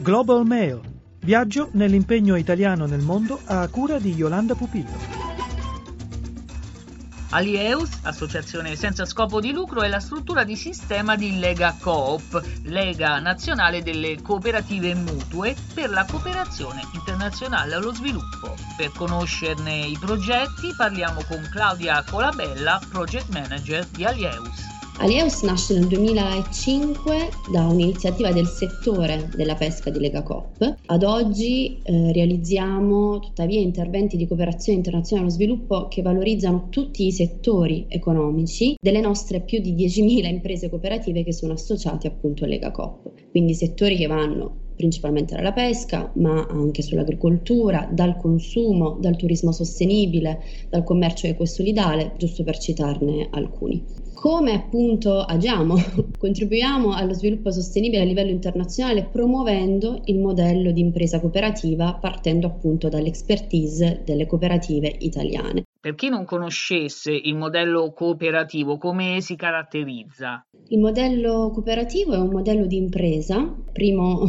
Global Mail. Viaggio nell'impegno italiano nel mondo a cura di Yolanda Pupillo. Alieus, associazione senza scopo di lucro, è la struttura di sistema di Lega Coop, Lega Nazionale delle Cooperative Mutue per la cooperazione internazionale allo sviluppo. Per conoscerne i progetti parliamo con Claudia Colabella, Project Manager di Alieus. Alieus nasce nel 2005 da un'iniziativa del settore della pesca di Lega Coop. Ad oggi realizziamo tuttavia interventi di cooperazione internazionale allo sviluppo che valorizzano tutti i settori economici delle nostre più di 10.000 imprese cooperative che sono associate appunto a Lega Coop. Quindi settori che vanno principalmente dalla pesca, ma anche sull'agricoltura, dal consumo, dal turismo sostenibile, dal commercio ecosolidale, giusto per citarne alcuni. Come appunto agiamo? Contribuiamo allo sviluppo sostenibile a livello internazionale promuovendo il modello di impresa cooperativa partendo appunto dall'expertise delle cooperative italiane. Per chi non conoscesse il modello cooperativo, come si caratterizza? Il modello cooperativo è un modello di impresa. Primo,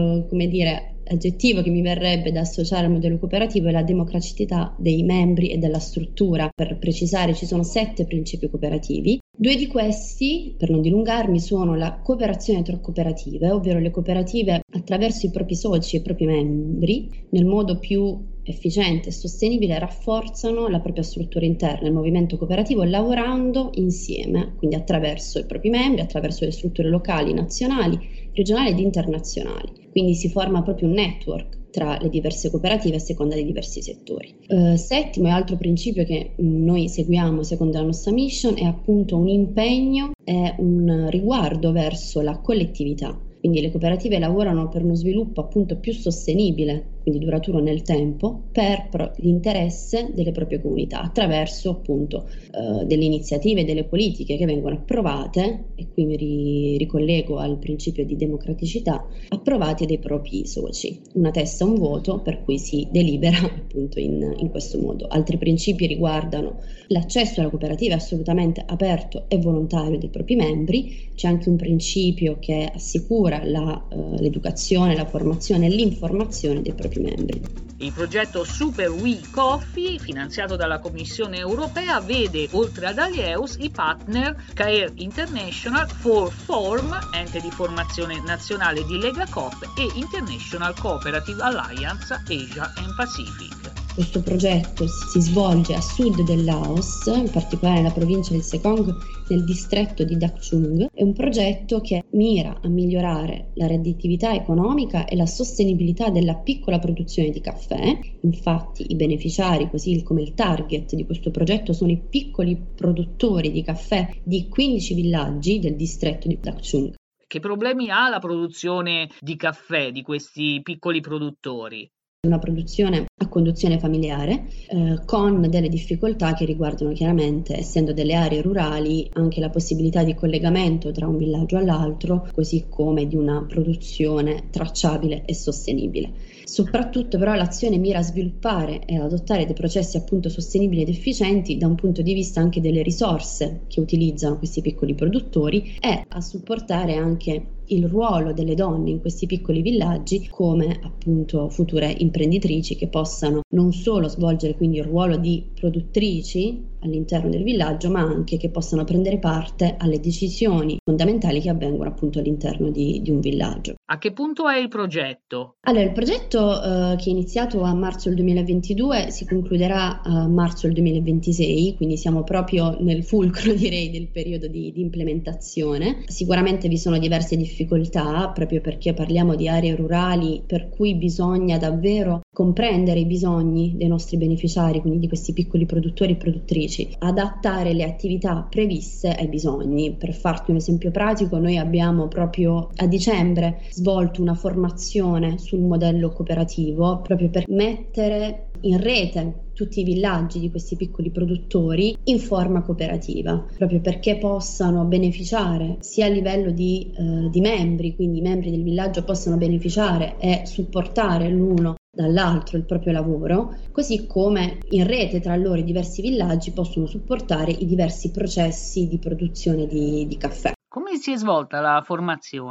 aggettivo che mi verrebbe da associare al modello cooperativo è la democraticità dei membri e della struttura. Per precisare, ci sono 7 principi cooperativi. 2 di questi, per non dilungarmi, sono la cooperazione tra cooperative, ovvero le cooperative attraverso i propri soci e i propri membri, nel modo più efficiente e sostenibile rafforzano la propria struttura interna, il movimento cooperativo, lavorando insieme, quindi attraverso i propri membri, attraverso le strutture locali, nazionali, regionali ed internazionali. Quindi si forma proprio un network tra le diverse cooperative a seconda dei diversi settori. Settimo e altro principio che noi seguiamo secondo la nostra mission è appunto un impegno e un riguardo verso la collettività. Quindi le cooperative lavorano per uno sviluppo appunto più sostenibile, quindi duraturo nel tempo, per l'interesse delle proprie comunità, attraverso appunto delle iniziative e delle politiche che vengono approvate, e qui mi ricollego al principio di democraticità, approvate dai propri soci. Una testa, un voto, per cui si delibera appunto in questo modo. Altri principi riguardano l'accesso alla cooperativa assolutamente aperto e volontario dei propri membri. C'è anche un principio che assicura l'educazione, la formazione e l'informazione dei propri membri. Il progetto Super We Coffee, finanziato dalla Commissione europea, vede oltre ad Alieus i partner CAER International, 4Form, ente di formazione nazionale di Lega Coop, e International Cooperative Alliance Asia and Pacific. Questo progetto si svolge a sud del Laos, in particolare nella provincia di Sekong, nel distretto di Dak Chung. È un progetto che mira a migliorare la redditività economica e la sostenibilità della piccola produzione di caffè. Infatti i beneficiari, così come il target di questo progetto, sono i piccoli produttori di caffè di 15 villaggi del distretto di Dak Chung. Che problemi ha la produzione di caffè di questi piccoli produttori? Una produzione a conduzione familiare con delle difficoltà che riguardano chiaramente, essendo delle aree rurali, anche la possibilità di collegamento tra un villaggio all'altro, così come di una produzione tracciabile e sostenibile. Soprattutto però l'azione mira a sviluppare e ad adottare dei processi appunto sostenibili ed efficienti da un punto di vista anche delle risorse che utilizzano questi piccoli produttori e a supportare anche il ruolo delle donne in questi piccoli villaggi come appunto future imprenditrici che possano non solo svolgere quindi il ruolo di produttrici all'interno del villaggio, ma anche che possano prendere parte alle decisioni fondamentali che avvengono appunto all'interno di un villaggio. A che punto è il progetto? Allora, il progetto che è iniziato a marzo del 2022 si concluderà a marzo del 2026, quindi siamo proprio nel fulcro, direi, del periodo di implementazione. Sicuramente vi sono diverse difficoltà, proprio perché parliamo di aree rurali per cui bisogna davvero comprendere i bisogni dei nostri beneficiari, quindi di questi piccoli produttori e produttrici, adattare le attività previste ai bisogni. Per farti un esempio pratico, noi abbiamo proprio a dicembre svolto una formazione sul modello cooperativo proprio per mettere in rete tutti i villaggi di questi piccoli produttori in forma cooperativa, proprio perché possano beneficiare sia a livello di membri, quindi i membri del villaggio possano beneficiare e supportare l'uno dall'altro il proprio lavoro, così come in rete tra loro i diversi villaggi possono supportare i diversi processi di produzione di caffè. Come si è svolta la formazione?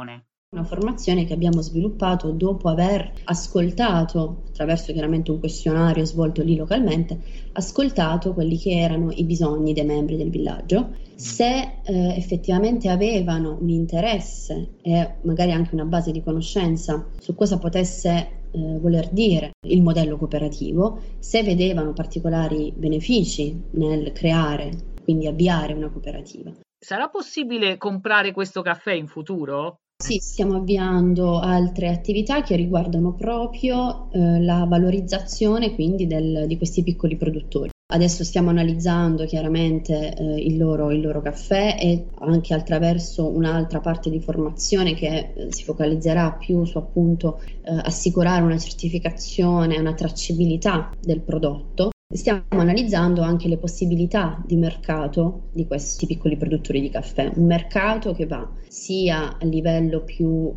Una formazione che abbiamo sviluppato dopo aver ascoltato, attraverso chiaramente un questionario svolto lì localmente, ascoltato quelli che erano i bisogni dei membri del villaggio, se effettivamente avevano un interesse e magari anche una base di conoscenza su cosa potesse voler dire il modello cooperativo, se vedevano particolari benefici nel creare, quindi avviare una cooperativa. Sarà possibile comprare questo caffè in futuro? Sì, stiamo avviando altre attività che riguardano proprio la valorizzazione quindi di questi piccoli produttori. Adesso stiamo analizzando chiaramente il loro caffè e anche attraverso un'altra parte di formazione che si focalizzerà più su appunto assicurare una certificazione, una tracciabilità del prodotto. Stiamo analizzando anche le possibilità di mercato di questi piccoli produttori di caffè, un mercato che va sia a livello più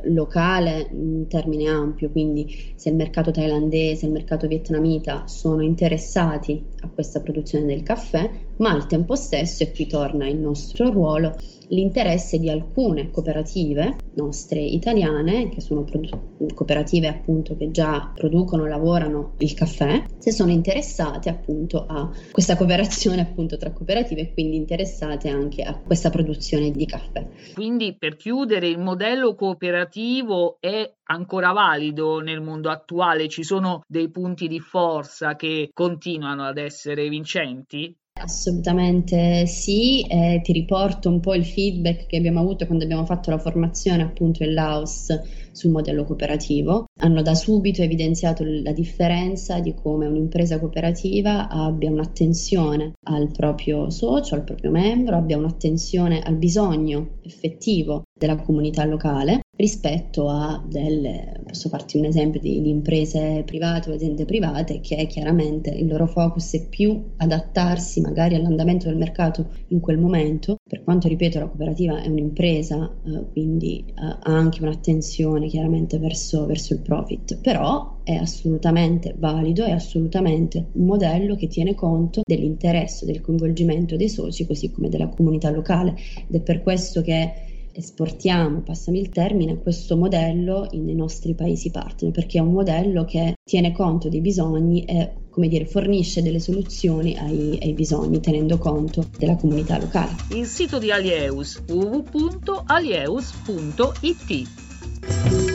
locale in termine ampio, quindi se il mercato thailandese, il mercato vietnamita sono interessati a questa produzione del caffè, ma al tempo stesso, e qui torna il nostro ruolo, l'interesse di alcune cooperative nostre italiane, che sono cooperative appunto che già producono, lavorano il caffè, se sono interessate appunto a questa cooperazione appunto tra cooperative e quindi interessate anche a questa produzione di caffè. Quindi, per chiudere, il modello cooperativo è ancora valido nel mondo attuale? Ci sono dei punti di forza che continuano ad essere vincenti? Assolutamente sì, ti riporto un po' il feedback che abbiamo avuto quando abbiamo fatto la formazione appunto in Laos sul modello cooperativo. Hanno da subito evidenziato la differenza di come un'impresa cooperativa abbia un'attenzione al proprio socio, al proprio membro, abbia un'attenzione al bisogno effettivo della comunità locale rispetto a posso farti un esempio di imprese private o aziende private che chiaramente il loro focus è più adattarsi magari all'andamento del mercato in quel momento, per quanto ripeto la cooperativa è un'impresa, quindi ha anche un'attenzione chiaramente verso il profit, però è assolutamente valido, è assolutamente un modello che tiene conto dell'interesse, del coinvolgimento dei soci così come della comunità locale ed è per questo che esportiamo, passami il termine, questo modello nei nostri paesi partner, perché è un modello che tiene conto dei bisogni e, come dire, fornisce delle soluzioni ai bisogni, tenendo conto della comunità locale. Il sito di Alieus, www.alieus.it.